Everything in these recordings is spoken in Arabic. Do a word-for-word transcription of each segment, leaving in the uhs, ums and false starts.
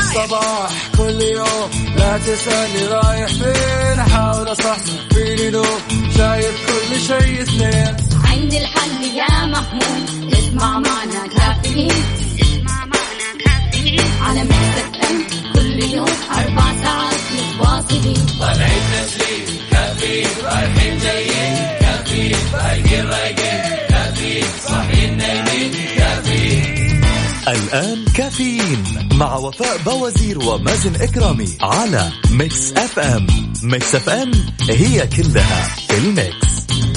الصباح كل يوم لا تسألني رايح فين أحاول أصحصح فيني لو شايف كل شيء اثنين عندي الحل يا محمود اسمع معنا كافيين اسمع معنا كافيين على مكتب أم كل يوم أربع ساعات متواصلين طالعين تسليم كافيين رايحين جايين كافيين رايقين رايقين كافيين صاحيين نايمين كافيين. الآن كافيين مع وفاء بوازير ومازن إكرامي على ميكس أف أم. ميكس أف أم هي كلها في الميكس.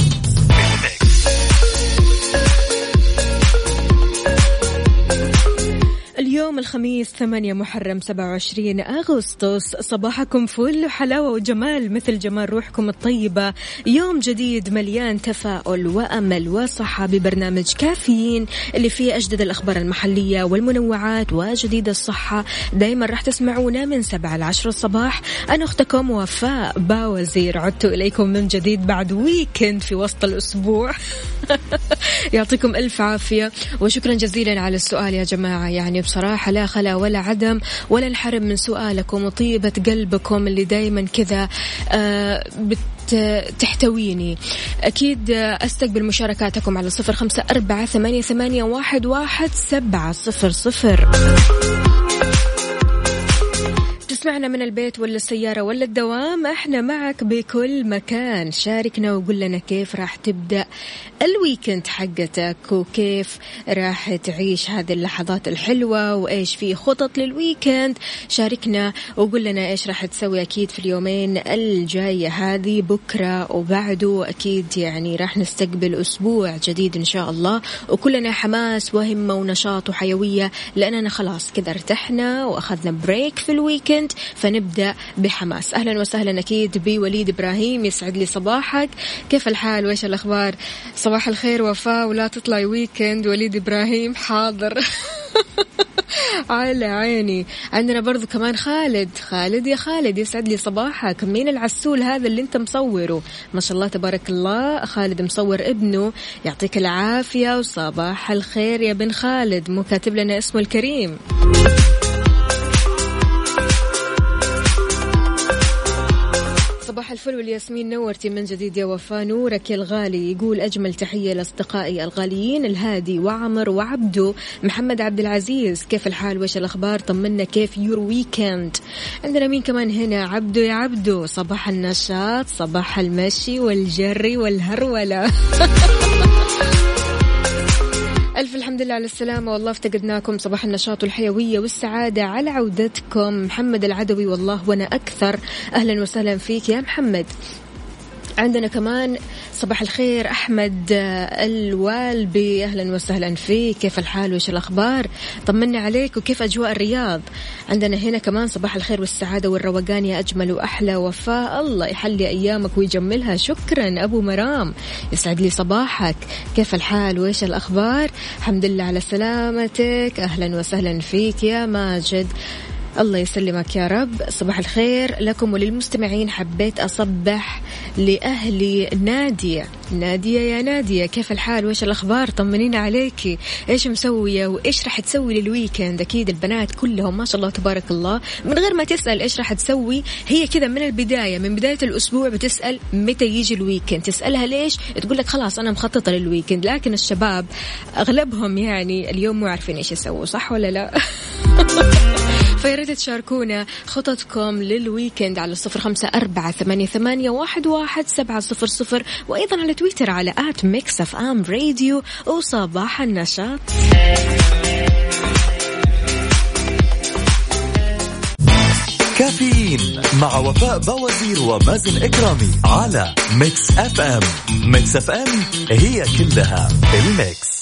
اليوم الخميس ثمانية محرم سبعة وعشرين أغسطس، صباحكم فل وحلاوة وجمال مثل جمال روحكم الطيبة. يوم جديد مليان تفاؤل وأمل وصحة ببرنامج كافيين اللي فيه أجدد الأخبار المحلية والمنوعات وجديد الصحة. دايما راح تسمعونا من سبعة لعشرة الصباح. أنا أختكم وفاء باوزير، عدت إليكم من جديد بعد ويكند في وسط الأسبوع. يعطيكم ألف عافية وشكرا جزيلا على السؤال يا جماعة. يعني بصراحة لا خلا ولا عدم ولا نحرم من سؤالكم وطيبة قلبكم اللي دايما كذا آه بتحتويني. أكيد أستقبل مشاركاتكم على صفر خمسة أربعة ثمانية ثمانية واحد واحد سبعة صفر صفر. تسمعنا من البيت ولا السيارة ولا الدوام، احنا معك بكل مكان. شاركنا وقول لنا كيف راح تبدأ الويكند حقتك وكيف راح تعيش هذه اللحظات الحلوة وإيش في خطط للويكند. شاركنا وقول لنا إيش راح تسوي أكيد في اليومين الجاية هذه، بكرة وبعده. أكيد يعني راح نستقبل أسبوع جديد إن شاء الله وكلنا حماس وهمة ونشاط وحيوية لأننا خلاص كذا ارتحنا وأخذنا بريك في الويكند فنبدأ بحماس. أهلا وسهلا أكيد بوليد إبراهيم، يسعد لي صباحك، كيف الحال وإيش الأخبار؟ صباح الخير وفاء، ولا تطلعي ويكند وليد إبراهيم. حاضر. على عيني. عندنا برضو كمان خالد. خالد يا خالد يسعد لي صباحك. مين العسول هذا اللي انت مصوره؟ ما شاء الله تبارك الله، خالد مصور ابنه، يعطيك العافية وصباح الخير يا بن خالد، مو كاتب لنا اسمه الكريم. صباح الفل والياسمين، نورتي من جديد يا وفاء. نورك يا الغالي. يقول أجمل تحية لأصدقائي الغاليين الهادي وعمر وعبدو. محمد عبد العزيز، كيف الحال وإيش الأخبار؟ طمنا كيف يور ويكند. عندنا مين كمان هنا؟ عبدو يا عبدو، صباح النشاط، صباح المشي والجري والهرولة. ألف الحمد لله على السلامة، والله افتقدناكم. صباح النشاط والحيوية والسعادة على عودتكم. محمد العدوي، والله وأنا أكثر. أهلا وسهلا فيك يا محمد. عندنا كمان صباح الخير أحمد الوالبي، أهلا وسهلا فيك، كيف الحال وإيش الأخبار؟ طمنا عليك وكيف أجواء الرياض. عندنا هنا كمان صباح الخير والسعادة والروقان يا أجمل وأحلى وفاء، الله يحلي أيامك ويجملها. شكرا أبو مرام، يسعد لي صباحك، كيف الحال وإيش الأخبار؟ الحمد لله على سلامتك، أهلا وسهلا فيك يا ماجد، الله يسلمك يا رب. صباح الخير لكم وللمستمعين. حبيت أصبح لأهلي نادية. نادية يا نادية، كيف الحال وإيش الأخبار؟ طمنينا عليكي، إيش مسوية وإيش راح تسوي للويكند؟ أكيد البنات كلهم ما شاء الله تبارك الله من غير ما تسأل إيش راح تسوي، هي كذا من البداية، من بداية الأسبوع بتسأل متى يجي الويكند. تسألها ليش؟ تقول لك خلاص أنا مخططة للويكند. لكن الشباب أغلبهم يعني اليوم مو عارفين إيش يسووا، صح ولا لا؟ فياريت تشاركونا خططكم للويكند على صفر خمسة أربعة ثمانية ثمانية واحد واحد سبعة صفر صفر، وأيضا على تويتر على آت ميكس أف أم راديو. وصباح النشاط. كافيين مع وفاء بوازير ومازن إكرامي على ميكس أف أم. ميكس أف أم هي كلها الميكس.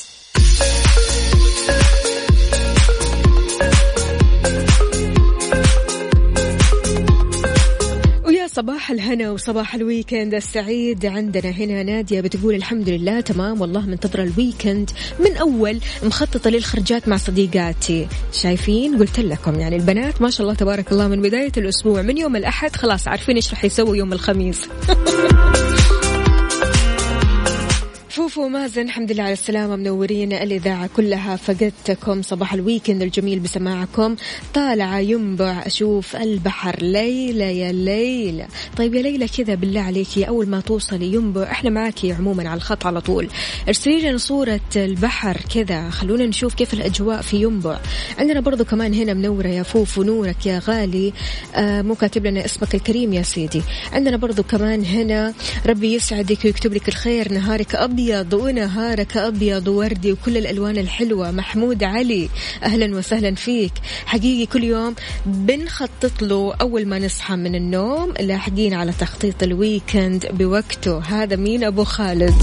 صباح الهنا وصباح الويكند السعيد. عندنا هنا نادية بتقول الحمد لله تمام، والله منتظرة الويكند من أول، مخططة للخرجات مع صديقاتي. شايفين؟ قلت لكم يعني البنات ما شاء الله تبارك الله من بداية الأسبوع من يوم الأحد خلاص عارفين إيش رح يسوي يوم الخميس. فوفو ومازن الحمد لله على السلامة، منورين الإذاعة كلها، فقدتكم. صباح الويكند الجميل بسماعكم. طالعة ينبع أشوف البحر ليلة يا ليلة. طيب يا ليلة كذا بالله عليكي أول ما توصلي ينبع إحنا معاكي عموما على الخط على طول، ارسلي لنا صورة البحر كذا، خلونا نشوف كيف الأجواء في ينبع. عندنا برضو كمان هنا منورة يا فوفو، نورك يا غالي. آه مو كاتب لنا اسمك الكريم يا سيدي. عندنا برضو كمان هنا ربي يسعدك ويكتب لك الخير، نهارك أبيض ونهارك أبيض ووردي وكل الألوان الحلوة. محمود علي أهلا وسهلا فيك. حقيقي كل يوم بنخطط له أول ما نصحى من النوم، لاحقين على تخطيط الويكند بوقته. هذا مين؟ أبو خالد.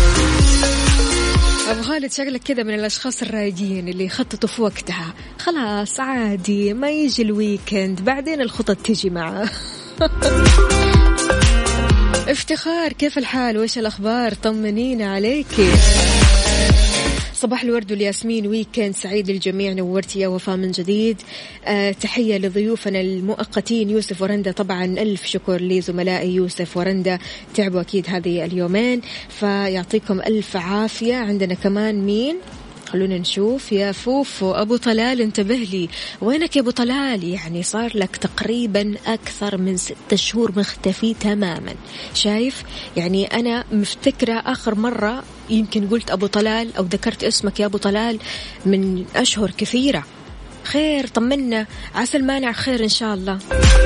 أبو خالد شكلك كذا من الأشخاص الرايقين اللي يخططوا في وقتها، خلاص عادي ما يجي الويكند بعدين الخطط تيجي معه. افتخار، كيف الحال وإيش الأخبار؟ طمنينا عليكي. صباح الورد والياسمين، ويكند سعيد للجميع. نورتي يا وفاء من جديد. أه تحية لضيوفنا المؤقتين يوسف ورندا، طبعا ألف شكر لزملائي يوسف ورندا، تعبوا أكيد هذه اليومين فيعطيكم ألف عافية. عندنا كمان مين؟ خلونا نشوف. يا فوفو أبو طلال انتبه لي، وينك يا أبو طلال؟ يعني صار لك تقريبا أكثر من ستة شهور مختفي تماما. شايف يعني أنا مفتكرة آخر مرة يمكن قلت أبو طلال أو ذكرت اسمك يا أبو طلال من أشهر كثيرة. خير طمنا، عسى المانع خير إن شاء الله.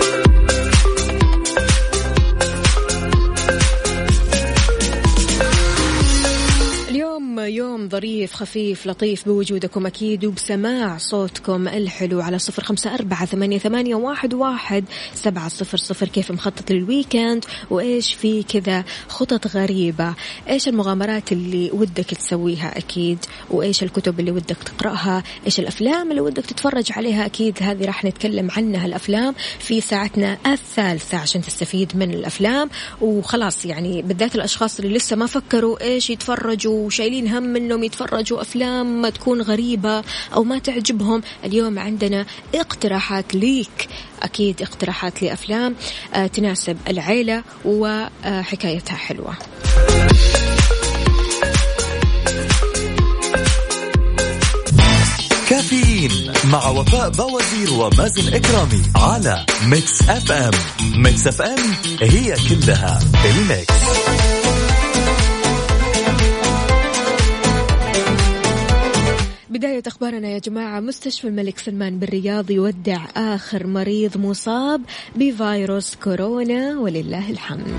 يوم ظريف خفيف لطيف بوجودكم أكيد وبسماع صوتكم الحلو على صفر خمسة أربعة ثمانية ثمانية واحد واحد سبعة صفر صفر. كيف مخطط للويكند وإيش في كذا خطط غريبة؟ إيش المغامرات اللي ودك تسويها أكيد؟ وإيش الكتب اللي ودك تقرأها؟ إيش الأفلام اللي ودك تتفرج عليها؟ أكيد هذه راح نتكلم عنها الأفلام في ساعتنا الثالثة عشان تستفيد من الأفلام. وخلاص يعني بالذات الأشخاص اللي لسه ما فكروا إيش يتفرجوا وشايلين هم انهم يتفرجوا افلام ما تكون غريبة او ما تعجبهم، اليوم عندنا اقتراحات ليك، اكيد اقتراحات لافلام آه تناسب العيلة وحكايتها حلوة. كافيين مع وفاء بوازير ومازن إكرامي على ميكس اف ام. ميكس اف ام هي كلها الميكس. بداية أخبارنا يا جماعة، مستشفى الملك سلمان بالرياض يودع آخر مريض مصاب بفيروس كورونا ولله الحمد.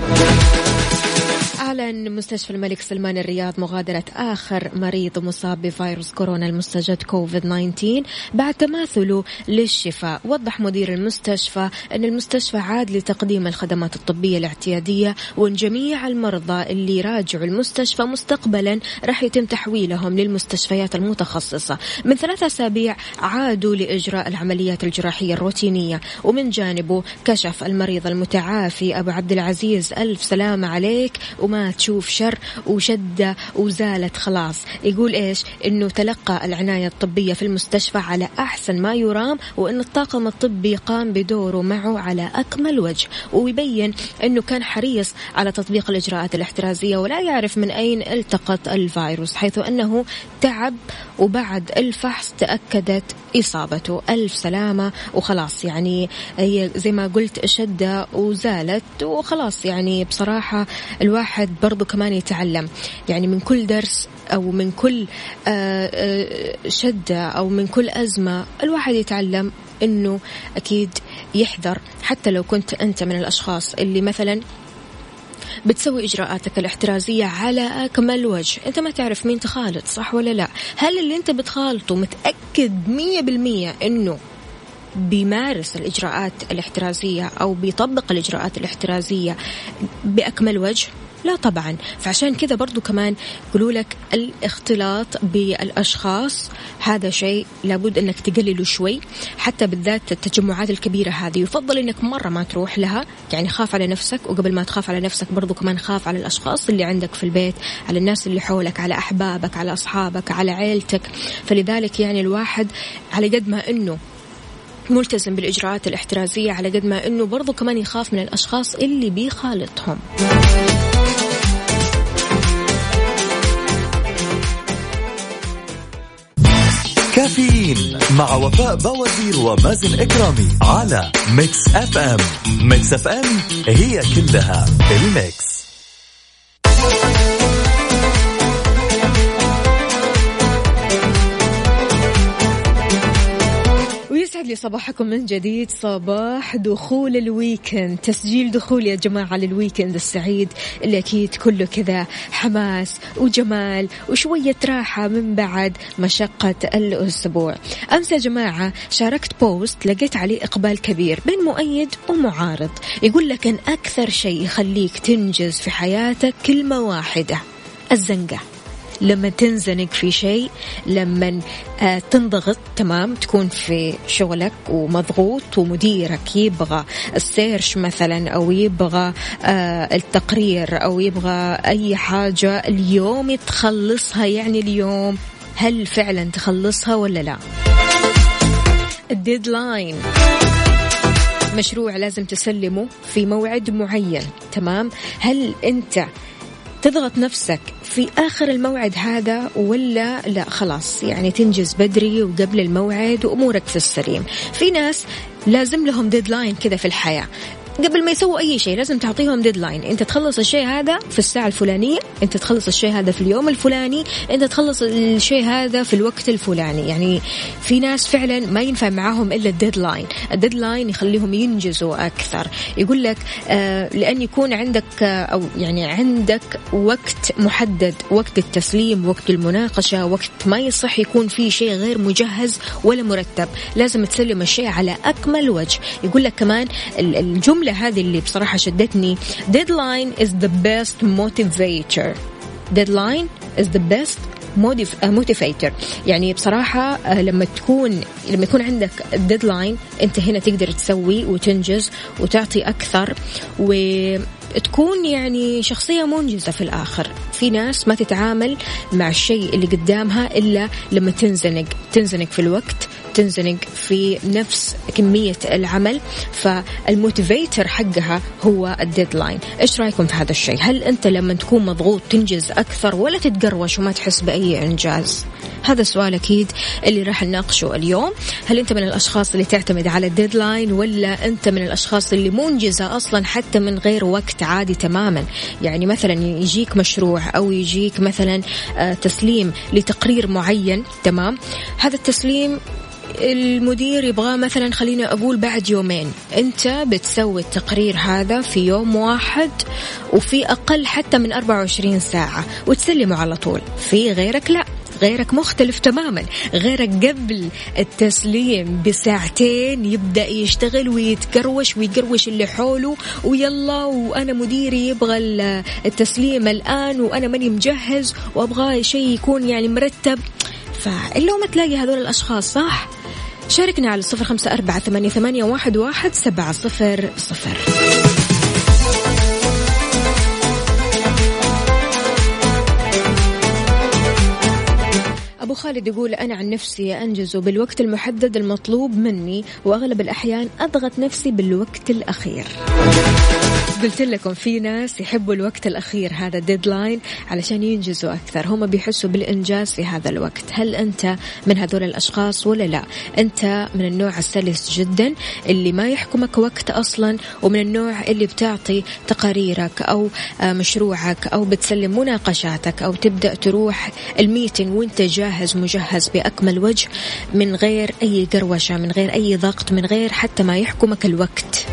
أعلن مستشفى الملك سلمان الرياض مغادرة آخر مريض مصاب بفيروس كورونا المستجد كوفيد تسعة عشر بعد تماثله للشفاء. وضح مدير المستشفى أن المستشفى عاد لتقديم الخدمات الطبية الاعتيادية، وأن جميع المرضى اللي راجعوا المستشفى مستقبلا راح يتم تحويلهم للمستشفيات المتخصصة. من ثلاثة أسابيع عادوا لإجراء العمليات الجراحية الروتينية. ومن جانبه كشف المريض المتعافي أبو عبد العزيز، ألف سلامة عليك وما تشوف شر، وشدة وزالت خلاص. يقول إيش؟ إنه تلقى العناية الطبية في المستشفى على أحسن ما يرام، وإن الطاقم الطبي قام بدوره معه على أكمل وجه. ويبين إنه كان حريص على تطبيق الإجراءات الاحترازية ولا يعرف من أين التقط الفيروس، حيث أنه تعب وبعد الفحص تأكدت إصابته. ألف سلامة وخلاص، يعني هي زي ما قلت شدة وزالت وخلاص. يعني بصراحة الواحد برضو كمان يتعلم يعني من كل درس أو من كل شدة أو من كل أزمة، الواحد يتعلم إنه أكيد يحذر. حتى لو كنت أنت من الأشخاص اللي مثلا بتسوي إجراءاتك الاحترازية على أكمل وجه، أنت ما تعرف مين تخالط، صح ولا لا؟ هل اللي أنت بتخالطه متأكد مية بالمية إنه بيمارس الإجراءات الاحترازية أو بيطبق الإجراءات الاحترازية بأكمل وجه؟ لا طبعا. فعشان كذا برضو كمان يقولوا لك الاختلاط بالأشخاص هذا شيء لابد أنك تقلله شوي، حتى بالذات التجمعات الكبيرة هذه يفضل أنك مرة ما تروح لها. يعني خاف على نفسك، وقبل ما تخاف على نفسك برضو كمان خاف على الأشخاص اللي عندك في البيت، على الناس اللي حولك، على أحبابك، على أصحابك، على عيلتك. فلذلك يعني الواحد على قد ما أنه ملتزم بالإجراءات الاحترازية، على قد ما أنه برضو كمان يخاف من الأشخاص اللي بيخالطهم. كافيين مع وفاء بوازير ومازن إكرامي على ميكس اف ام. ميكس اف ام هي كلها الميكس. يسعد لي صباحكم من جديد، صباح دخول الويكند، تسجيل دخول يا جماعة للويكند السعيد اللي أكيد كله كذا حماس وجمال وشوية راحة من بعد مشقة الأسبوع. أمس يا جماعة شاركت بوست لقيت عليه إقبال كبير بين مؤيد ومعارض، يقول لك أن أكثر شيء يخليك تنجز في حياتك كلمة واحدة: الزنقة. لما تنزنق في شيء، لما آه تنضغط، تمام، تكون في شغلك ومضغوط ومديرك يبغى السيرش مثلا أو يبغى آه التقرير أو يبغى أي حاجة اليوم تخلصها، يعني اليوم هل فعلا تخلصها ولا لا؟ الديدلاين، مشروع لازم تسلمه في موعد معين، تمام، هل أنت تضغط نفسك في آخر الموعد هذا ولا لا خلاص يعني تنجز بدري وقبل الموعد وأمورك في السليم؟ في ناس لازم لهم ديدلاين كذا في الحياة، قبل ما يسووا أي شيء لازم تعطيهم ديدلاين. أنت تخلص الشيء هذا في الساعة الفلانية، أنت تخلص الشيء هذا في اليوم الفلاني، أنت تخلص الشيء هذا في الوقت الفلاني. يعني في ناس فعلا ما ينفع معاهم إلا الديدلاين. الديدلاين يخليهم ينجزوا أكثر. يقول لك آه لأن يكون عندك آه أو يعني عندك وقت محدد، وقت التسليم، وقت المناقشة، وقت ما يصح يكون في شيء غير مجهز ولا مرتب، لازم تسلم الشيء على أكمل وجه. يقول لك كمان الجملة هذه اللي بصراحة شدتني: deadline is the best motivator. deadline is the best motivator. يعني بصراحة لما تكون لما يكون عندك deadline أنت هنا تقدر تسوي وتنجز وتعطي أكثر وتكون يعني شخصية منجزة في الآخر. في ناس ما تتعامل مع الشيء اللي قدامها إلا لما تنزنق تنزنق في الوقت، تنزنق في نفس كمية العمل، فالموتيفيتر حقها هو الديدلاين. إيش رأيكم في هذا الشيء؟ هل أنت لما تكون مضغوط تنجز أكثر ولا تتقروش وما تحس بأي إنجاز؟ هذا السؤال أكيد اللي راح نناقشه اليوم. هل أنت من الأشخاص اللي تعتمد على الديدلاين ولا أنت من الأشخاص اللي منجزة أصلا حتى من غير وقت عادي تماما؟ يعني مثلا يجيك مشروع أو يجيك مثلا تسليم لتقرير معين، تمام، هذا التسليم المدير يبغى مثلا خلينا أقول بعد يومين، أنت بتسوي التقرير هذا في يوم واحد وفي أقل حتى من أربعة وعشرين ساعة وتسلمه على طول. في غيرك لا، غيرك مختلف تماما، غيرك قبل التسليم بساعتين يبدأ يشتغل ويتكروش ويقروش اللي حوله، ويلا وأنا مديري يبغى التسليم الآن وأنا ماني مجهز وأبغى شيء يكون يعني مرتب. فإلا ما تلاقي هذول الأشخاص، صح؟ شاركنا على صفر خمسة أربعة ثمانية ثمانية واحد واحد سبعة صفر صفر. أبو خالد يقول: أنا عن نفسي أنجز بالوقت المحدد المطلوب مني، وأغلب الأحيان أضغط نفسي بالوقت الأخير. قلت لكم في ناس يحبوا الوقت الأخير، هذا ديدلاين، علشان ينجزوا أكثر، هم بيحسوا بالإنجاز في هذا الوقت. هل أنت من هذول الأشخاص ولا لا؟ أنت من النوع السلس جدا اللي ما يحكمك وقت أصلا، ومن النوع اللي بتعطي تقاريرك أو مشروعك أو بتسلم مناقشاتك أو تبدأ تروح الميتنج وانت جاهز مجهز بأكمل وجه من غير أي قروشة، من غير أي ضغط، من غير حتى ما يحكمك الوقت.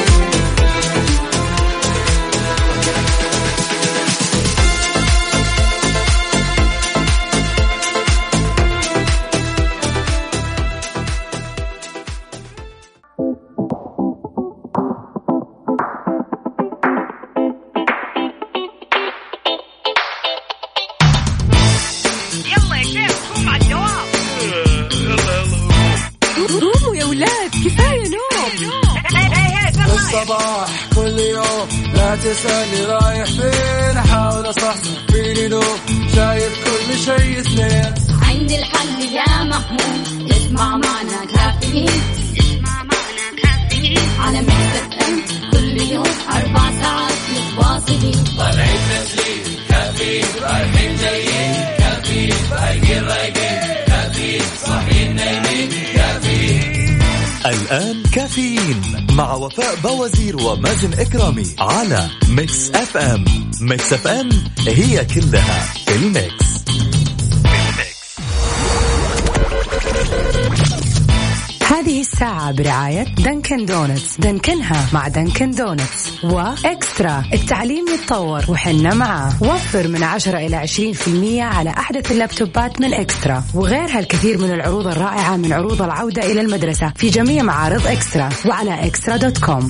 الصباح كل يوم لا تسألني رايح فين، أحاول أصحصح فيني لو شايف كل شيء اثنين. عندي الحل يا محمود، اسمع معنا كافيين، اسمع معنا كافيين على ميكس اف ام كل يوم أربع ساعات متواصلين. طالعين تسليم كافيين، رايحين جايين كافيين، رايقين رايقين كافيين، صاحيين نايمين كافيين. الآن كافيين مع وفاء بوازير ومازن إكرامي على ميكس اف ام. ميكس اف ام هي كلها الميكس. هذه الساعة برعاية دانكن دونتس. دانكنها مع دانكن دونتس. وإكسترا، التعليم يتطور وحنا معاه. وفر من عشرة إلى عشرين في المية على أحدث اللابتوبات من إكسترا، وغيرها الكثير من العروض الرائعة من عروض العودة إلى المدرسة في جميع معارض إكسترا وعلى إكسترا دوت كوم.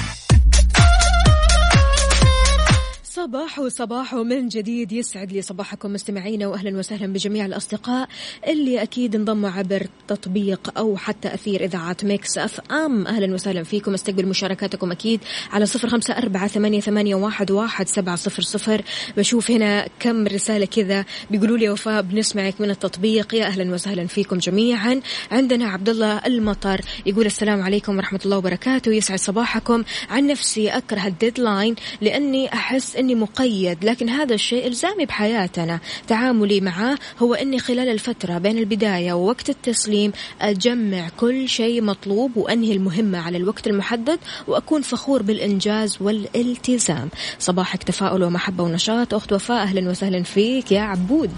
صباح وصباح من جديد، يسعد لي صباحكم مستمعينا، وأهلا وسهلا بجميع الأصدقاء اللي أكيد انضموا عبر تطبيق أو حتى أثير إذاعة ميكس أف أم. أهلا وسهلا فيكم، استقبل مشاركاتكم أكيد على صفر خمسة أربعة ثمانية ثمانية واحد واحد سبعة صفر صفر. بشوف هنا كم رسالة كذا بيقولوا لي وفاء بنسمعك من التطبيق، يا أهلا وسهلا فيكم جميعا. عندنا عبد الله المطر يقول السلام عليكم ورحمة الله وبركاته، يسعد صباحكم. عن نفسي أكره الديدلاين لأني أحس أني مقيد، لكن هذا الشيء إلزامي بحياتنا. تعاملي معه هو أني خلال الفترة بين البداية ووقت التسليم أجمع كل شيء مطلوب وأنهي المهمة على الوقت المحدد وأكون فخور بالإنجاز والالتزام. صباحك تفاؤل ومحبة ونشاط أخت وفاء، أهلا وسهلا فيك يا عبود.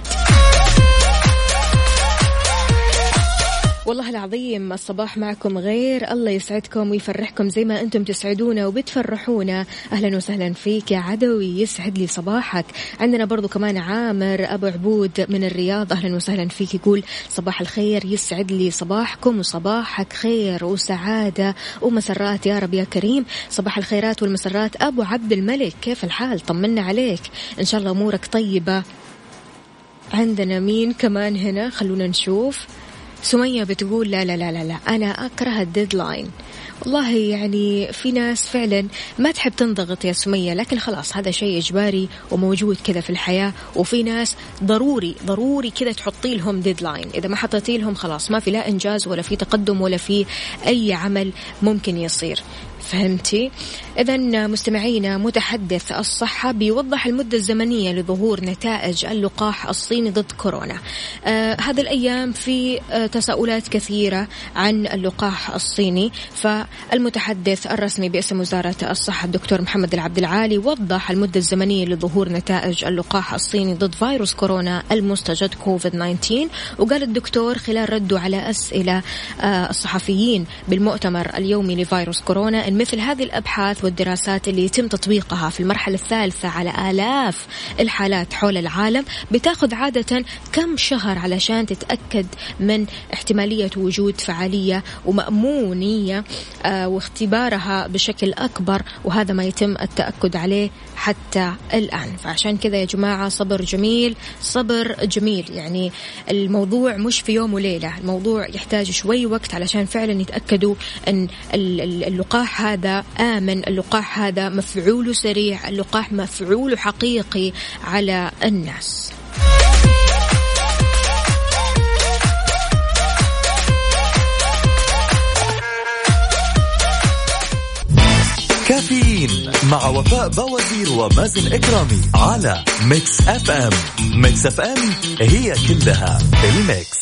والله العظيم الصباح معكم غير، الله يسعدكم ويفرحكم زي ما أنتم تسعدونا وبتفرحونا. أهلا وسهلا فيك يا عدوي، يسعد لي صباحك. عندنا برضو كمان عامر أبو عبود من الرياض، أهلا وسهلا فيك، يقول صباح الخير، يسعد لي صباحكم وصباحك خير وسعادة ومسرات يا رب يا كريم. صباح الخيرات والمسرات أبو عبد الملك، كيف الحال؟ طمنا عليك، إن شاء الله أمورك طيبة. عندنا مين كمان هنا؟ خلونا نشوف. سمية بتقول لا لا لا لا, لا. أنا أكره الديدلاين. والله يعني في ناس فعلا ما تحب تنضغط يا سمية، لكن خلاص هذا شيء إجباري وموجود كذا في الحياة. وفي ناس ضروري ضروري كذا تحطي لهم ديدلاين، إذا ما حطيتي لهم خلاص ما في لا إنجاز ولا في تقدم ولا في أي عمل ممكن يصير. فهمتي؟ إذن مستمعينا، متحدث الصحة بيوضح المدة الزمنية لظهور نتائج اللقاح الصيني ضد كورونا. آه هذه الأيام في آه تساؤلات كثيرة عن اللقاح الصيني، فالمتحدث الرسمي باسم وزارة الصحة الدكتور محمد العبد العالي وضح المدة الزمنية لظهور نتائج اللقاح الصيني ضد فيروس كورونا المستجد كوفيد تسعة عشر. وقال الدكتور خلال رده على أسئلة آه الصحفيين بالمؤتمر اليومي لفيروس كورونا إن مثل هذه الأبحاث والدراسات اللي يتم تطبيقها في المرحلة الثالثة على آلاف الحالات حول العالم بتاخذ عادة كم شهر علشان تتأكد من احتمالية وجود فعالية ومأمونية آه واختبارها بشكل أكبر، وهذا ما يتم التأكد عليه حتى الآن. فعشان كذا يا جماعة صبر جميل، صبر جميل. يعني الموضوع مش في يوم وليلة، الموضوع يحتاج شوي وقت علشان فعلا يتأكدوا أن اللقاح هذا آمن، اللقاح هذا مفعوله سريع، اللقاح مفعوله حقيقي على الناس. كافيين مع وفاء بوازير ومازن إكرامي على ميكس اف ام. ميكس اف ام هي كلها الميكس.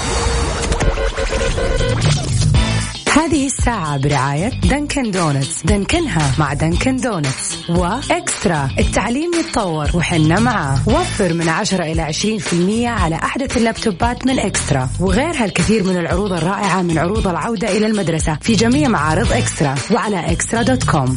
هذه الساعة برعاية دانكن دونتس. دانكنها مع دانكن دونتس. وإكسترا، التعليم يتطور وحنا معاه. وفر من عشرة إلى عشرين في المية على أحدث اللابتوبات من إكسترا، وغيرها الكثير من العروض الرائعة من عروض العودة إلى المدرسة في جميع معارض إكسترا وعلى إكسترا دوت كوم.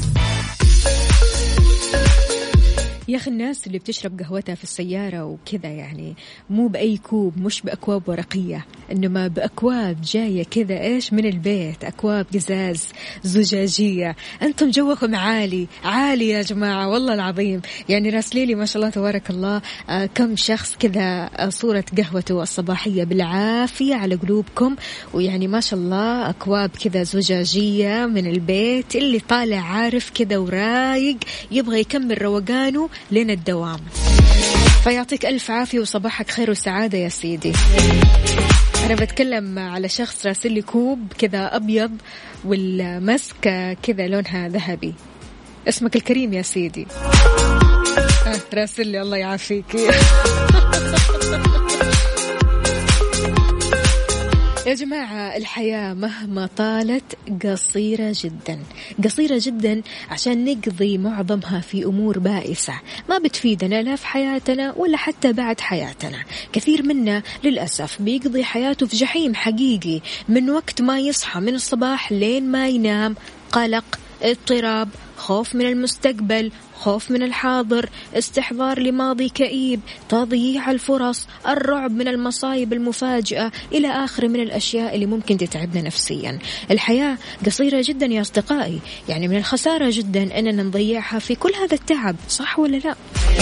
يا أخي الناس اللي بتشرب قهوتها في السيارة وكذا، يعني مو بأي كوب، مش بأكواب ورقية، إنما بأكواب جاية كذا إيش من البيت، أكواب قزاز زجاجية. أنتم جوكم عالي عالي يا جماعة والله العظيم. يعني راسليلي ما شاء الله تبارك الله آه كم شخص كذا آه صورة قهوته الصباحية بالعافية على قلوبكم، ويعني ما شاء الله أكواب كذا زجاجية من البيت، اللي طالع عارف كذا ورايق يبغى يكمل روقانه لين الدوام. فيعطيك ألف عافية وصباحك خير وسعادة يا سيدي. أنا بتكلم على شخص راسل لي كوب كذا أبيض والمسكة كذا لونها ذهبي. اسمك الكريم يا سيدي. آه راسل لي الله يعافيك. يا جماعة الحياة مهما طالت قصيرة جدا، قصيرة جدا عشان نقضي معظمها في أمور بائسة ما بتفيدنا لا في حياتنا ولا حتى بعد حياتنا. كثير منا للأسف بيقضي حياته في جحيم حقيقي، من وقت ما يصحى من الصباح لين ما ينام، قلق، اضطراب، خوف من المستقبل، خوف من الحاضر، استحضار لماضي كئيب، تضييع الفرص، الرعب من المصايب المفاجئة، إلى آخر من الأشياء اللي ممكن تتعبنا نفسيا. الحياة قصيرة جدا يا أصدقائي، يعني من الخسارة جدا أننا نضيعها في كل هذا التعب، صح ولا لا؟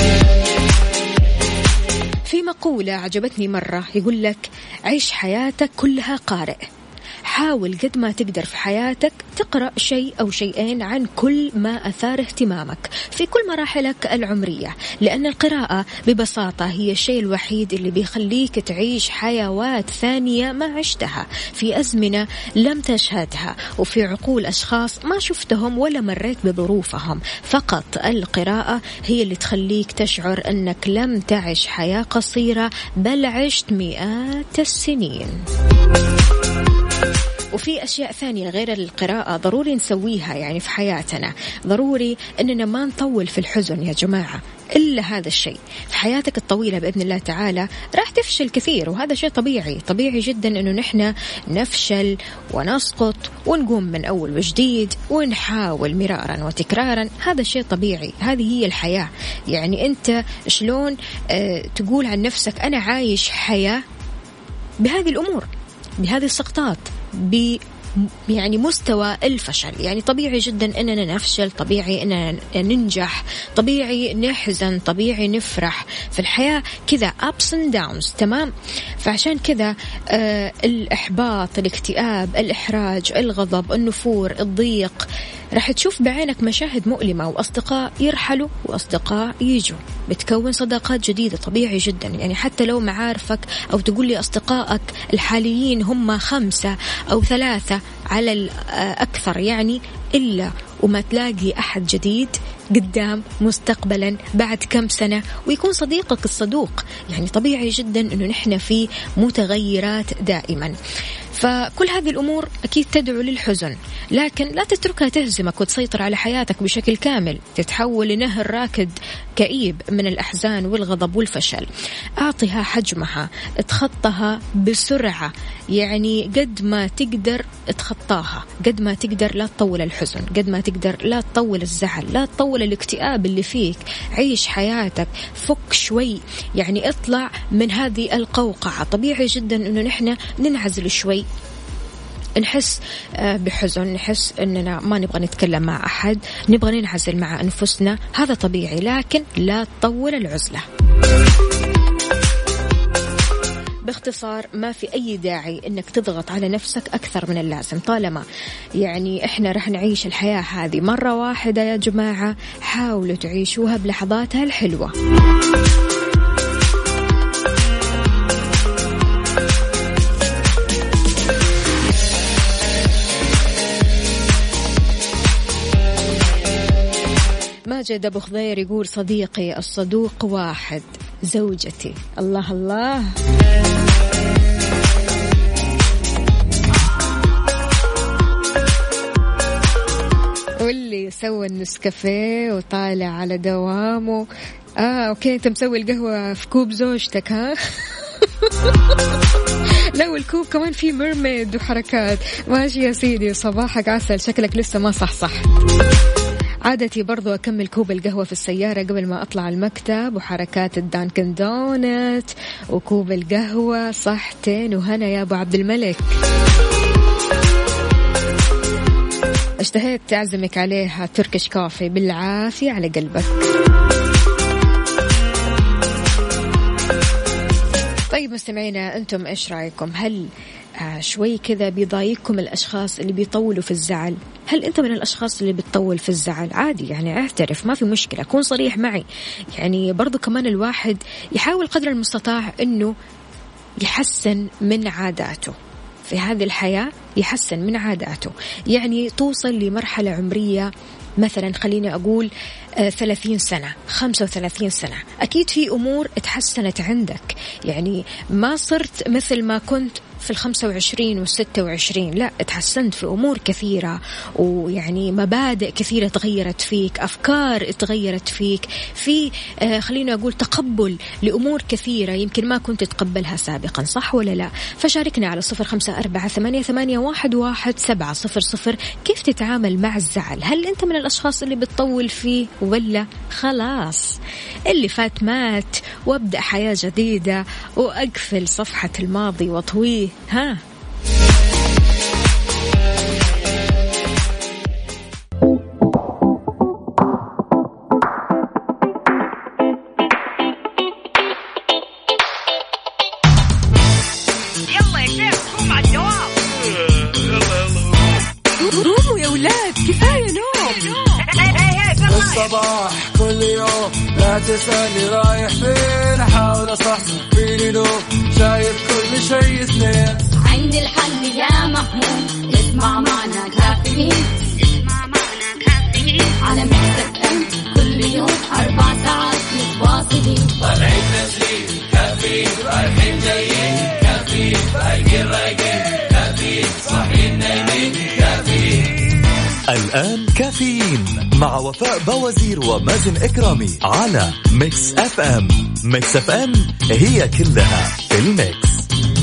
في مقولة عجبتني مرة يقول لك عيش حياتك كلها قارئ. حاول قد ما تقدر في حياتك تقرأ شيء أو شيئين عن كل ما أثار اهتمامك في كل مراحلك العمرية، لأن القراءة ببساطة هي الشيء الوحيد اللي بيخليك تعيش حيوات ثانية ما عشتها في أزمنة لم تشهدها وفي عقول أشخاص ما شفتهم ولا مريت بظروفهم. فقط القراءة هي اللي تخليك تشعر أنك لم تعش حياة قصيرة بل عشت مئات السنين. وفي أشياء ثانية غير القراءة ضروري نسويها يعني في حياتنا. ضروري أننا ما نطول في الحزن يا جماعة، إلا هذا الشيء في حياتك الطويلة بإذن الله تعالى راح تفشل كثير، وهذا شيء طبيعي طبيعي جدا أنه نحن نفشل ونسقط ونقوم من أول وجديد ونحاول مرارا وتكرارا، هذا شيء طبيعي، هذه هي الحياة. يعني أنت شلون آه تقول عن نفسك أنا عايش حياة بهذه الأمور، بهذه السقطات، ب يعني مستوى الفشل. يعني طبيعي جدا أننا نفشل، طبيعي أننا ننجح، طبيعي نحزن، طبيعي نفرح في الحياة كذا ups and downs. تمام؟ فعشان كذا آه الإحباط، الاكتئاب، الإحراج، الغضب، النفور، الضيق، راح تشوف بعينك مشاهد مؤلمة، وأصدقاء يرحلوا وأصدقاء يجوا، بتكون صداقات جديدة طبيعي جدا. يعني حتى لو معارفك أو تقول لي أصدقائك الحاليين هم خمسة أو ثلاثة على الأكثر يعني، إلا وما تلاقي أحد جديد قدام مستقبلا بعد كم سنة ويكون صديقك الصدوق. يعني طبيعي جدا أنه نحن في متغيرات دائما. فكل هذه الأمور أكيد تدعو للحزن، لكن لا تتركها تهزمك وتسيطر على حياتك بشكل كامل، تتحول لنهر راكد كئيب من الأحزان والغضب والفشل. أعطها حجمها، اتخطها بسرعة، يعني قد ما تقدر اتخطاها، قد ما تقدر لا تطول الحزن، قد ما تقدر لا تطول الزعل، لا تطول الاكتئاب اللي فيك. عيش حياتك، فك شوي، يعني اطلع من هذه القوقعة. طبيعي جدا أنه نحن ننعزل شوي، نحس بحزن، نحس أننا ما نبغى نتكلم مع أحد، نبغى ننعزل مع أنفسنا، هذا طبيعي، لكن لا تطول العزلة. باختصار ما في أي داعي أنك تضغط على نفسك أكثر من اللازم. طالما يعني إحنا رح نعيش الحياة هذه مرة واحدة يا جماعة، حاولوا تعيشوها بلحظاتها الحلوة. ماجد أبو خضير يقول صديقي الصدوق واحد، زوجتي. الله الله. واللي سوى النسكافيه وطالع على دوامه. آه أوكي، أنت مسوي القهوة في كوب زوجتك ها؟ لو الكوب كمان فيه ميرميد وحركات. ماشي يا سيدي، صباحك عسل، شكلك لسه ما صح صح. عادتي برضو أكمل كوب القهوة في السيارة قبل ما أطلع المكتب، وحركات الدانكن دونت وكوب القهوة، صحتين وهنا يا أبو عبد الملك. اشتهيت تعزمك عليها تركش كافي، بالعافية على قلبك. طيب مستمعينا، أنتم إيش رأيكم؟ هل آه شوي كذا بيضايقكم الأشخاص اللي بيطولوا في الزعل؟ هل أنت من الأشخاص اللي بتطول في الزعل؟ عادي يعني، اعترف، ما في مشكلة، كون صريح معي. يعني برضو كمان الواحد يحاول قدر المستطاع أنه يحسن من عاداته في هذه الحياة، يحسن من عاداته. يعني توصل لمرحلة عمرية مثلا خليني أقول ثلاثين سنة، خمسة وثلاثين سنة، أكيد في أمور اتحسنت عندك، يعني ما صرت مثل ما كنت في الخمسة وعشرين والستة وعشرين، لا تحسنت في أمور كثيرة، ويعني مبادئ كثيرة تغيرت فيك، أفكار تغيرت فيك، في آه خلينا أقول تقبل لأمور كثيرة يمكن ما كنت تقبلها سابقا، صح ولا لا؟ فشاركنا على صفر خمسة أربعة ثمانية ثمانية واحد واحد سبعة صفر صفر. كيف تتعامل مع الزعل؟ هل أنت من الأشخاص اللي بتطول فيه، ولا خلاص اللي فات مات وابدأ حياة جديدة وأقفل صفحة الماضي وطويه؟ ها يلا يا شيخ قوم على الدوام. قوموا يا ولاد، كفاية نوم. الصباح كل يوم لا تسألني رايح فين، أحاول أصحصح فيني لو شايف كل شيء سنين. عندي الحل يا محمود، اسمع معنا كافيين، اسمع معنا كافيين على ميكس اف ام، كل يوم أربع ساعات متواصلين. طالعين تسليم كافيين، رايحين جايين كافيين، رايقين رايقين كافيين، صاحيين نايمين كافيين. الآن كافيين مع وفاء بوازير ومازن إكرامي على ميكس اف ام. ميكس اف ام هي كلها في الميكس.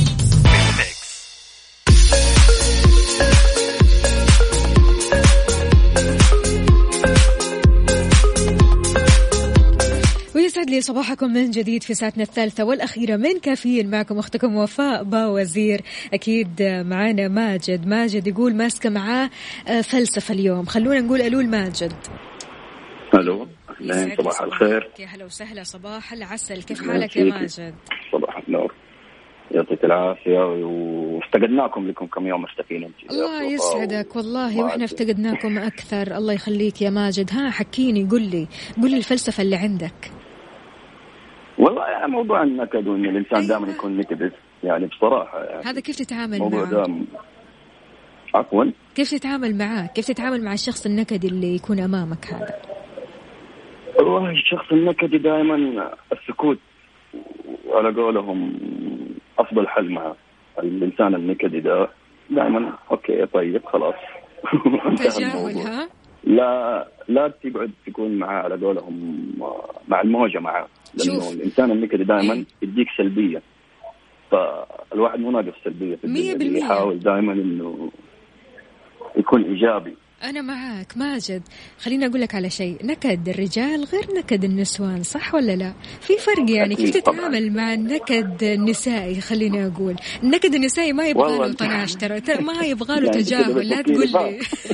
ويسعد لي صباحكم من جديد في ساعتنا الثالثة والأخيرة من كافيين، معكم أختكم وفاء باوزير. أكيد معنا ماجد. ماجد يقول ماسكة معاه فلسفة اليوم. خلونا نقول ألو الماجد. ألو أهلا، صباح الخير. يا هلا وسهلا، صباح العسل. كيف حالك يا ماجد؟ صباح النور، يعطيك العافية، وافتقدناكم لكم كم يوم مختفين. الله يسعدك والله، وإحنا افتقدناكم أكثر. الله يخليك يا ماجد. ها حكيني، قل لي قل لي الفلسفة اللي عندك. والله يعني موضوع النكد وإن الإنسان أيوة. دائما يكون نكد، يعني بصراحة يعني هذا كيف تتعامل معه؟ دام... عفوا، كيف تتعامل معاه؟ كيف تتعامل مع الشخص النكدي اللي يكون أمامك هذا؟ والله الشخص النكدي دائما السكوت، على قولهم أفضل حل مع الإنسان النكدي ده. دائما أوكي طيب خلاص تجاهل. ها لا لا تقعد تكون معاه على قولهم مع الموجة معاه، لأنه شوف. الإنسان النكدي دائما ايه؟ يديك سلبية، فالواحد مو ناقص سلبية في الدنيا، يحاول دائما إنه يكون إيجابي. أنا معاك ماجد. خليني أقول لك على شيء، نكد الرجال غير نكد النسوان، صح ولا لا؟ في فرق يعني. كيف تتعامل طبعا مع النكد النسائي؟ خليني أقول النكد النسائي ما يبغى له طناش، ترى ما يبغى له يعني تجاهل. لا تقول لي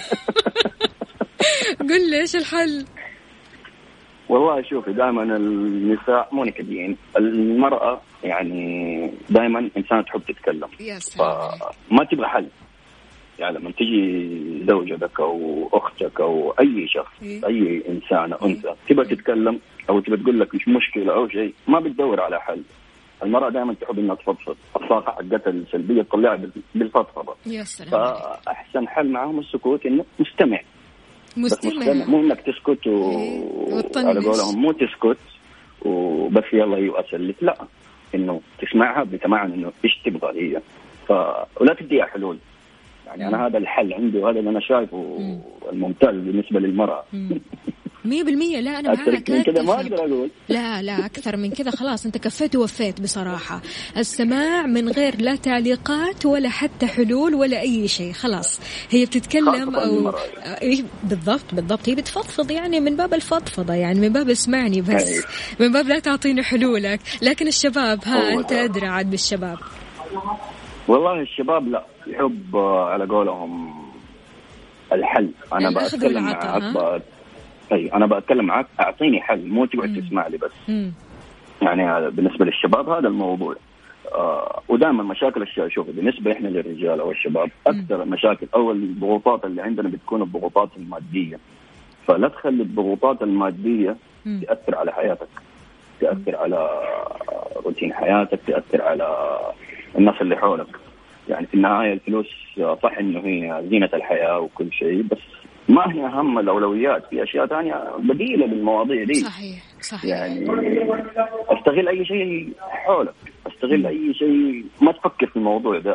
قل لي إيش الحل؟ والله شوفي، دائما النساء مو نكديين، المرأة يعني دائما إنسان تحب تتكلم، فما تبغى حل. يعني لما تجي زوجتك أو أختك أو أي شخص إيه؟ أي إنسان أنثى تبغى تتكلم أو تبغى تقول لك مش مشكلة أو شيء، ما بتدور على حل. المرأة دائما تحب إنها تفضفض، الطاقة حقتها السلبية تطلعها بالفضفضة. فأحسن حل معهم السكوت، إنه مستمع. مستمع, مستمع. مو إنك تسكت و... إيه؟ على قولهم مو تسكت وبس يلا هي وأسلك، لا، إنه تسمعها بتمعن إنه إيش تبغى هي، ف... ولا تديها حلول. يعني أنا هذا الحل عندي، وهذا اللي أنا شايفه الممتاز بالنسبة للمرأة. مية بالمية. لا أنا معك، من كده ما أقدر أقول. لا لا أكثر من كده خلاص، أنت كفيت ووفيت بصراحة. السماع من غير لا تعليقات ولا حتى حلول ولا أي شيء، خلاص هي بتتكلم أو إيه بالضبط بالضبط، هي بتفضفض يعني من باب الفضفضة، يعني من باب اسمعني بس، من باب لا تعطيني حلولك. لكن الشباب ها أنت أدرى عاد بالشباب. والله الشباب لا يحب على قولهم الحل. أنا بأتكلم معك، أي أنا بأتكلم معك أعطيني حل، مو تقعد تسمع لي بس. مم. يعني بالنسبة للشباب هذا الموضوع. آه ودائما مشاكل الشباب، شوف بالنسبة إحنا للرجال أو الشباب أكثر مشاكل أو الضغوطات اللي عندنا بتكون الضغوطات المادية، فلا تخلي الضغوطات المادية مم. تأثر على حياتك، تأثر على روتين حياتك، تأثر على الناس اللي حولك. يعني في النهاية الفلوس صح إنه هي زينة الحياة وكل شيء، بس ما هي أهم الأولويات، في أشياء تانية بديلة للمواضيع دي. صحيح صحيح. يعني استغل أي شيء حولك، استغل أي شيء، ما تفكر في الموضوع ده.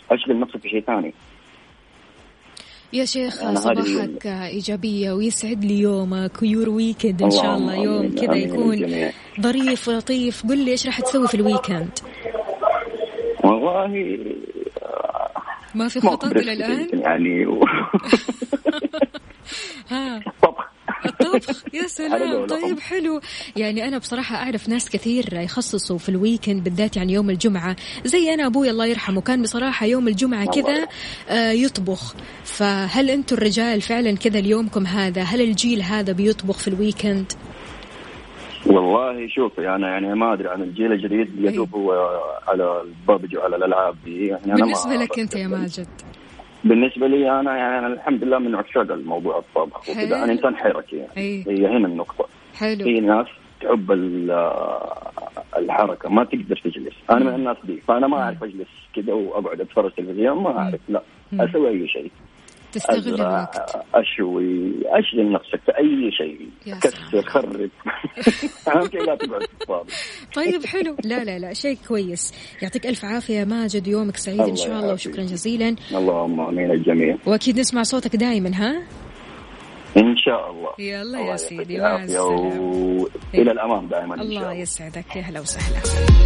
أشغل نفسي في شيء ثاني. يا شيخ صباحك إيجابية ويسعد لي يومك ويور ويكند إن شاء الله يوم كذا يكون ظريف ولطيف. قل لي إيش راح تسوي في الويكند؟ والله ما في خطط إلى الآن يعني و... ها الطبخ يا سلام. طيب حلو. يعني أنا بصراحة أعرف ناس كثير يخصصوا في الويكند بالذات يعني يوم الجمعة، زي أنا أبوي الله يرحمه كان بصراحة يوم الجمعة كذا يطبخ. فهل أنتوا الرجال فعلا كذا اليومكم هذا؟ هل الجيل هذا بيطبخ في الويكند؟ والله شوف يعني يعني ما أدري عن الجيل الجديد يدوب هو على البابجي وعلى الألعاب دي. يعني أنا بالنسبة لك أنت يا ماجد؟ بالنسبة لي أنا يعني أنا الحمد لله من عشاق الموضوع الطبخ وكذا. أنا إنسان حركي يعني. أيه. هي هنا النقطة. حلو. في ناس تحب الحركة ما تقدر تجلس. أنا من الناس دي، فأنا ما أعرف أجلس كذا وأقعد أتفرج تلفزيون، ما أعرف. لا أسوي أي شيء، تستغل الوقت، أشوي، أشغل نفسك في أي شيء، كسر خرب أهم شيء لا تقعد فاضي. طيب حلو. لا لا لا شيء كويس. يعطيك ألف عافية يا ماجد، يومك سعيد إن شاء الله وشكرا جزيلا. اللهم آمين الجميع. وأكيد نسمع صوتك دائما. ها إن شاء الله. يلا يا سيدي مع السلامة و... إلى الأمام دائما. الله, الله يسعدك. يا هلا وسهلا.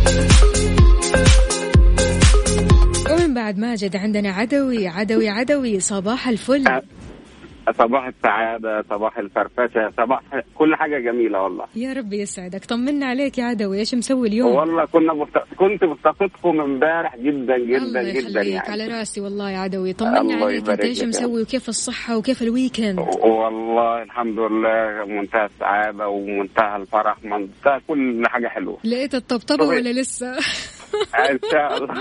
ومن بعد ماجد عندنا عدوي. عدوي عدوي صباح الفل. صباح السعادة، صباح الفرفشة، صباح كل حاجة جميلة والله. يا رب يسعدك. طمنا عليك يا عدوي، ايش مسوي اليوم؟ والله كنا مفت... كنت مفتقدكم امبارح جدا جدا الله جدا يعني. على راسي والله يا عدوي. طمنا عليك انت ايش مسوي وكيف الصحة وكيف الويكند؟ والله الحمد لله منتهى السعادة ومنتهى الفرح، منتهى كل حاجة حلوة. لقيت الطبطبة ولا لسه؟ ان شاء الله.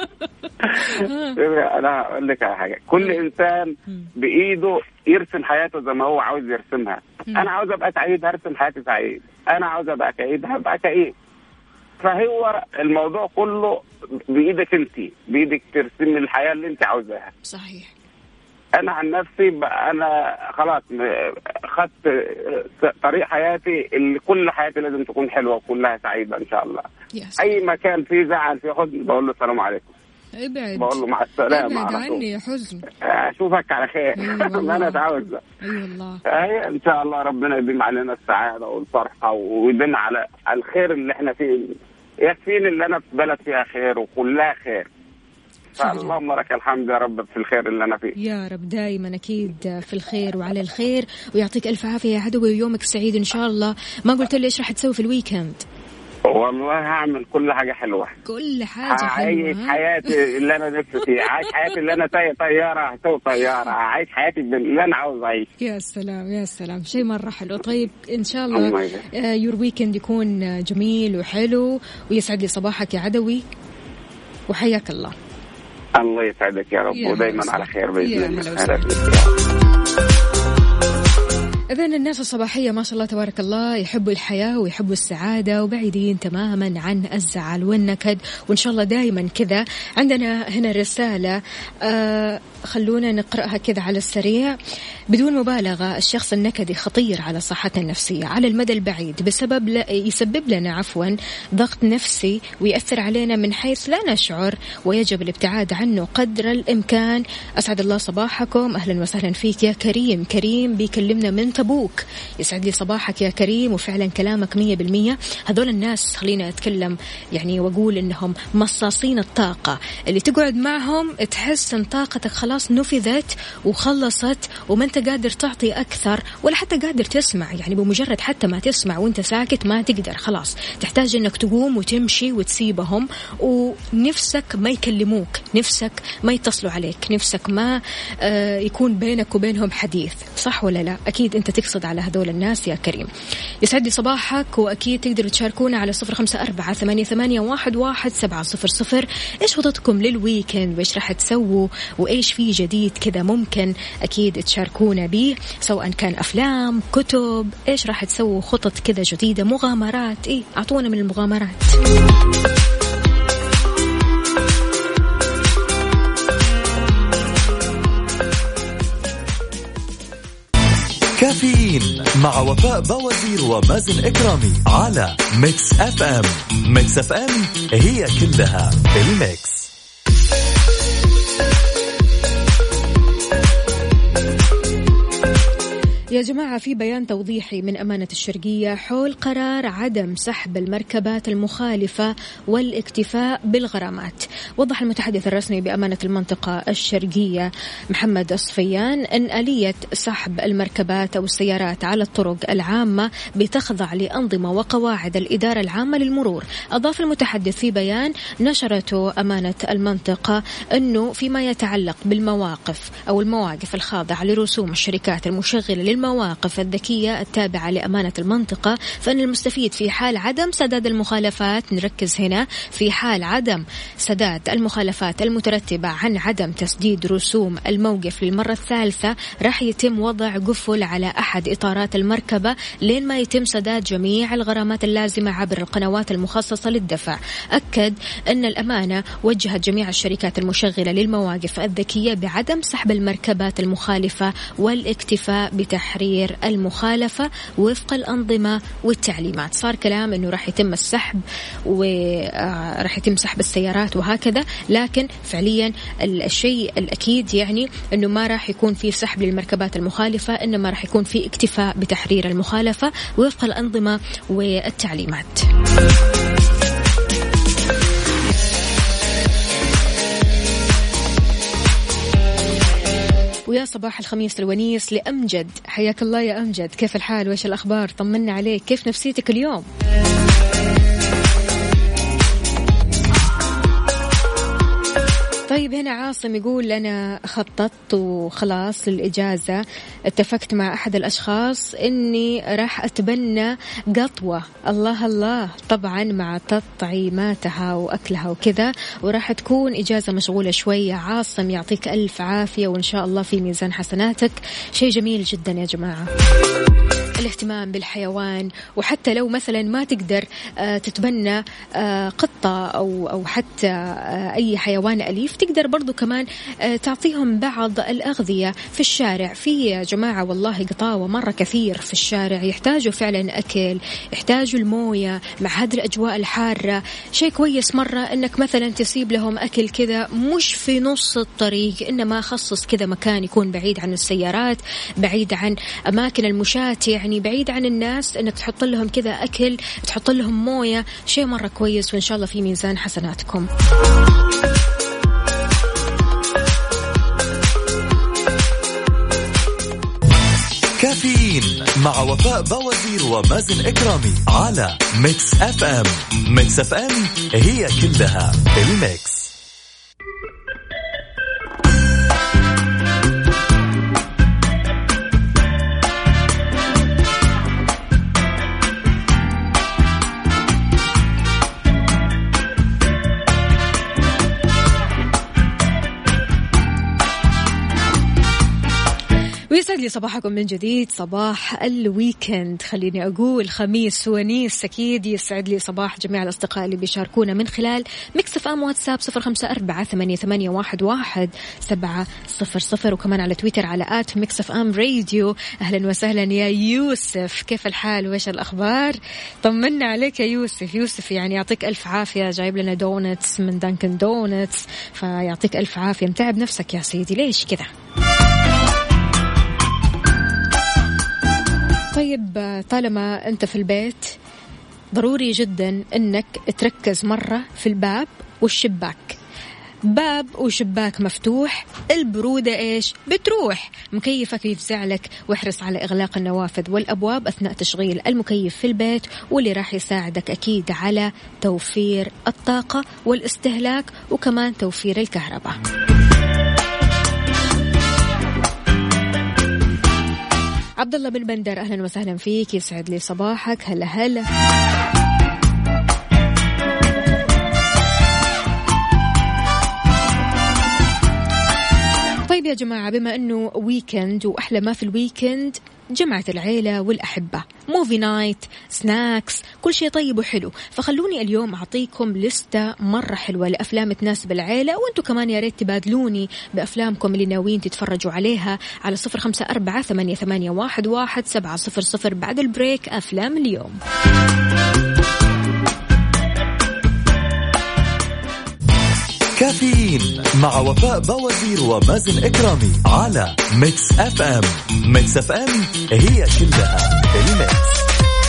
انا هقول لك على حاجه، كل انسان بايده يرسم حياته زي ما هو عاوز يرسمها. انا عاوز ابقى سعيد هرسم حياتي سعيد، انا عاوز ابقى كئيب هبقى كئيب. فهو الموضوع كله بايدك انت، بايدك ترسمي الحياه اللي انت عاوزاها. صحيح. انا عن نفسي انا خلاص خدت طريق حياتي اللي كل حياتي لازم تكون حلوه وكلها سعيده ان شاء الله. يس. اي مكان فيه زعل فيه حزن بقول له السلام عليكم، ابعد، بقول له مع السلامه، ابعد عني يا حزن، اشوفك على خير. أيوة انا اتعود. اي أيوة والله. اي ان شاء الله ربنا يديم علينا السعاده والفرحه ويديم على الخير اللي احنا فيه. يكفيني اللي انا في بلد فيها خير وكلها خير. اللهم لك الحمد يا رب في الخير اللي أنا فيه. يا رب دائما أكيد في الخير وعلى الخير. ويعطيك ألف عافية يا عدوي ويومك سعيد إن شاء الله. ما قلت لي إيش راح تسوي في الويكند؟ والله هعمل كل حاجة حلوة، كل حاجة حلوة. عايش حياتي اللي أنا نفسي فيه، عايش حياتي اللي أنا طيارة هسوي طيارة، عايش حياتي اللي أنا عاوز أعيش. يا سلام يا سلام، شيء مرة حلو. طيب إن شاء الله يور ويكند يكون جميل وحلو ويسعد لي صباحك يا عدوي وحياك الله. الله يسعدك يا رب ودايما على خير بإذن الله. إذن الناس الصباحية ما شاء الله تبارك الله يحبوا الحياة ويحبوا السعادة وبعيدين تماما عن الزعل والنكد، وإن شاء الله دائما كذا. عندنا هنا رسالة آه خلونا نقرأها كذا على السريع. بدون مبالغة الشخص النكدي خطير على صحتنا النفسية على المدى البعيد بسبب ل... يسبب لنا عفوا ضغط نفسي ويأثر علينا من حيث لا نشعر، ويجب الابتعاد عنه قدر الإمكان. أسعد الله صباحكم. أهلا وسهلا فيك يا كريم. كريم بيكلمنا من تبوك. يسعد لي صباحك يا كريم، وفعلا كلامك مية بالمية. هذول الناس خلينا أتكلم يعني وأقول إنهم مصاصين الطاقة، اللي تقعد معهم تحس إن طاقتك خلاص نفذت وخلصت وما أنت قادر تعطي أكثر ولا حتى قادر تسمع. يعني بمجرد حتى ما تسمع وأنت ساكت ما تقدر، خلاص تحتاج إنك تقوم وتمشي وتسيبهم، ونفسك ما يكلموك، نفسك ما يتصلوا عليك، نفسك ما آه يكون بينك وبينهم حديث. صح ولا لا؟ أكيد أنت تقصد على هذول الناس يا كريم. يسعد لي صباحك، وأكيد تقدروا تشاركونا على صفر خمسة أربعة ثمانية ثمانية واحد واحد سبعة صفر صفر. إيش خططكم للويكند وإيش راح تسووا وإيش في جديد كذا ممكن أكيد تشاركونا به، سواء كان أفلام كتب، إيش راح تسووا خطط كذا جديدة، مغامرات. إيه أعطونا من المغامرات. كافيين مع وفاء بوازير ومازن إكرامي على ميكس أف أم. ميكس أف أم هي كلها الميكس. يا جماعة في بيان توضيحي من أمانة الشرقية حول قرار عدم سحب المركبات المخالفة والاكتفاء بالغرامات. وضح المتحدث الرسمي بأمانة المنطقة الشرقية محمد الصفيان أن آلية سحب المركبات أو السيارات على الطرق العامة بتخضع لأنظمة وقواعد الإدارة العامة للمرور. أضاف المتحدث في بيان نشرته أمانة المنطقة أنه فيما يتعلق بالمواقف أو المواقف الخاضعة لرسوم الشركات المشغلة للمواقف الذكية التابعة لأمانة المنطقة، فإن المستفيد في حال عدم سداد المخالفات، نركز هنا، في حال عدم سداد المخالفات المترتبة عن عدم تسديد رسوم الموقف للمرة الثالثة راح يتم وضع قفل على أحد إطارات المركبة لين ما يتم سداد جميع الغرامات اللازمة عبر القنوات المخصصة للدفع. أكد أن الأمانة وجهت جميع الشركات المشغلة للمواقف الذكية بعدم سحب المركبات المخالفة والاكتفاء بتحرير المخالفة وفق الأنظمة والتعليمات. صار كلام أنه راح يتم السحب وراح يتم سحب السيارات وهكذا، لكن فعليا الشيء الأكيد يعني أنه ما راح يكون في سحب للمركبات المخالفة، إنما راح يكون في اكتفاء بتحرير المخالفة وفق الأنظمة والتعليمات. ويا صباح الخميس الونيس لأمجد، حياك الله يا أمجد، كيف الحال وإيش الأخبار؟ طمنا عليك، كيف نفسيتك اليوم؟ طيب هنا عاصم يقول أنا خططت وخلاص للإجازة، اتفقت مع أحد الأشخاص إني راح أتبنى قطوة، الله الله، طبعا مع تطعيماتها وأكلها وكذا، وراح تكون إجازة مشغولة شوية. عاصم يعطيك ألف عافية وإن شاء الله في ميزان حسناتك. شيء جميل جدا يا جماعة الاهتمام بالحيوان، وحتى لو مثلا ما تقدر تتبنى قطة أو أو حتى أي حيوان أليف، تقدر برضو كمان تعطيهم بعض الأغذية في الشارع. في يا جماعة والله قطاوة مرة كثير في الشارع يحتاجوا فعلا أكل، يحتاجوا الموية مع هذه الأجواء الحارة. شيء كويس مرة أنك مثلا تسيب لهم أكل كذا مش في نص الطريق، إنما خصص كذا مكان يكون بعيد عن السيارات، بعيد عن أماكن المشاة، يعني بعيد عن الناس، انك تحط لهم كذا اكل، تحط لهم مويه. شيء مره كويس وان شاء الله في ميزان حسناتكم. كافيين مع وفاء بوازير ومازن إكرامي على ميكس اف ام. ميكس اف ام هي كلها الميكس. ويسعد لي صباحكم من جديد، صباح الويكند، خليني أقول خميس ونيس. أكيد يسعد لي صباح جميع الأصدقاء اللي بيشاركونا من خلال ميكس اف ام واتساب صفر خمسة أربعة ثمانية ثمانية واحد واحد سبعة صفر صفر، وكمان على تويتر على آت ميكس اف ام راديو. أهلا وسهلا يا يوسف، كيف الحال وإيش الأخبار؟ طمنا عليك يا يوسف. يوسف يعني يعطيك ألف عافية، جايب لنا دونتس من دانكن دونتس، فيعطيك ألف عافية. متعب نفسك يا سيدي، ليش كذا؟ طيب طالما أنت في البيت ضروري جدا أنك تركز مرة في الباب والشباك. باب وشباك مفتوح، البرودة إيش بتروح، مكيفك يفزع لك، واحرص على إغلاق النوافذ والأبواب أثناء تشغيل المكيف في البيت، واللي راح يساعدك أكيد على توفير الطاقة والاستهلاك وكمان توفير الكهرباء. عبد الله بن بندر أهلا وسهلا فيك، يسعد لي صباحك. هلا هلا. طيب يا جماعة، بما أنه ويكند وأحلى ما في الويكند جمعة العيلة والأحبة، موفي نايت، سناكس، كل شيء طيب وحلو، فخلوني اليوم أعطيكم لستة مرة حلوة لأفلام تناسب العيلة، وأنتم كمان يا ريت تبادلوني بأفلامكم اللي ناويين تتفرجوا عليها على صفر خمسة أربعة ثمانية ثمانية واحد واحد سبعة صفر صفر. بعد البريك أفلام اليوم. كافيين مع وفاء بوازير ومازن إكرامي على ميكس اف ام. ميكس اف ام هي كلها الميكس.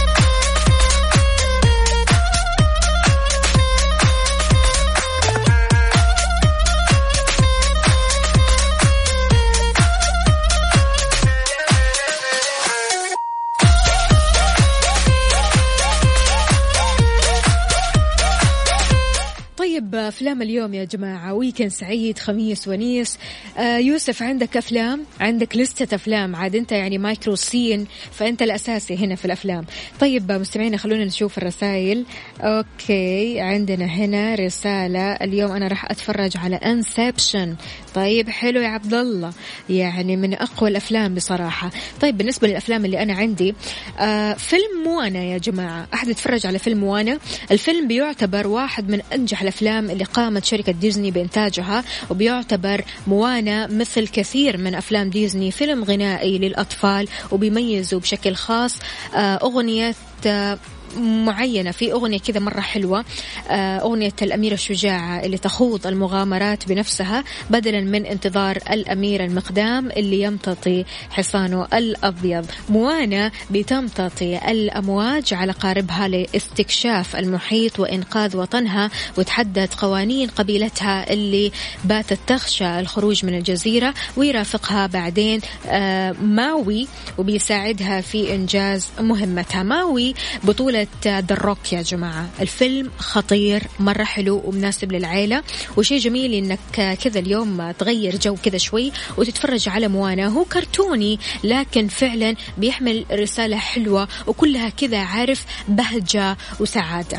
أفلام اليوم يا جماعة، ويكند سعيد، خميس ونيس. آه يوسف، عندك أفلام؟ عندك لستة أفلام، عاد أنت يعني مايكرو سين، فأنت الأساسي هنا في الأفلام. طيب مستمعينا خلونا نشوف الرسائل. أوكي، عندنا هنا رسالة، اليوم أنا راح أتفرج على انسبشن. طيب حلو يا عبد الله، يعني من أقوى الأفلام بصراحة. طيب بالنسبة للأفلام اللي أنا عندي، آه فيلم موانا يا جماعة، أحد يتفرج على فيلم موانا. الفيلم بيعتبر واحد من أنجح الأفلام اللي قامت شركة ديزني بإنتاجها، وبيعتبر موانا مثل كثير من أفلام ديزني فيلم غنائي للأطفال، وبيميزوا بشكل خاص أغنية معينة. في أغنية كذا مرة حلوة، أغنية الأميرة الشجاعة اللي تخوض المغامرات بنفسها بدلا من انتظار الأمير المقدام اللي يمتطي حصانه الأبيض. موانا بتمتطي الأمواج على قاربها لاستكشاف المحيط وإنقاذ وطنها وتحدد قوانين قبيلتها اللي باتت تخشى الخروج من الجزيرة، ويرافقها بعدين ماوي وبيساعدها في إنجاز مهمتها. ماوي بطولة دروك يا جماعة. الفيلم خطير مرة حلو ومناسب للعائلة، وشيء جميل إنك كذا اليوم تغير جو كذا شوي وتتفرج على موانا. هو كرتوني لكن فعلا بيحمل رسالة حلوة وكلها كذا عارف بهجة وسعادة.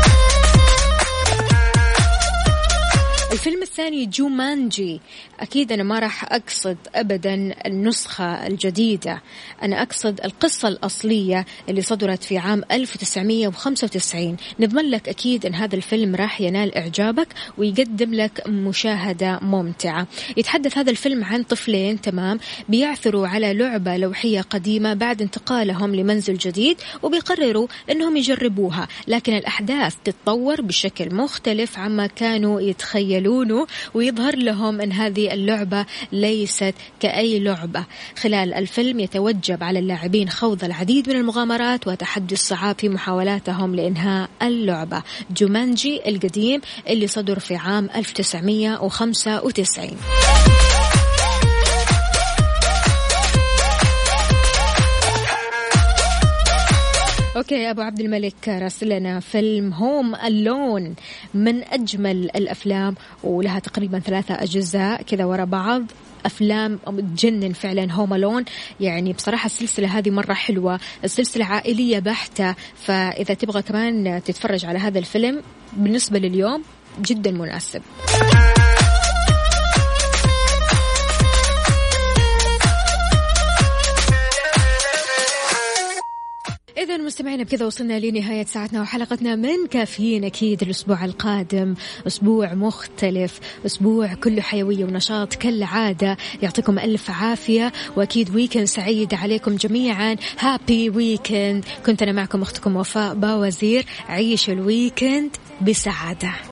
الفيلم الثاني جومانجي. أكيد أنا ما راح أقصد أبدا النسخة الجديدة، أنا أقصد القصة الأصلية اللي صدرت في عام ألف وتسعمية وخمسة وتسعين. نضمن لك أكيد أن هذا الفيلم راح ينال إعجابك ويقدم لك مشاهدة ممتعة. يتحدث هذا الفيلم عن طفلين تمام بيعثروا على لعبة لوحية قديمة بعد انتقالهم لمنزل جديد، وبيقرروا أنهم يجربوها، لكن الأحداث تتطور بشكل مختلف عما كانوا يتخيلونه، ويظهر لهم أن هذه اللعبة ليست كأي لعبة. خلال الفيلم يتوجب على اللاعبين خوض العديد من المغامرات وتحدي الصعاب في محاولاتهم لإنهاء اللعبة. جومانجي القديم اللي صدر في عام ألف وتسعمية وخمسة وتسعين. أوكي، أبو عبد الملك راسلنا فيلم هوم ألون، من أجمل الأفلام ولها تقريبا ثلاثة أجزاء كذا ورا بعض. أفلام تجنن فعلا هوم ألون، يعني بصراحة السلسلة هذه مرة حلوة، السلسلة عائلية بحتة، فإذا تبغى كمان تتفرج على هذا الفيلم بالنسبة لليوم جدا مناسب. إذا مستمعينا بكذا وصلنا لنهاية ساعتنا وحلقتنا من كافيين. أكيد الأسبوع القادم أسبوع مختلف، أسبوع كله حيوية ونشاط كالعادة. يعطيكم ألف عافية، وأكيد ويكند سعيد عليكم جميعا. هابي ويكند. كنت أنا معكم أختكم وفاء باوزير. عيش الويكند بسعادة.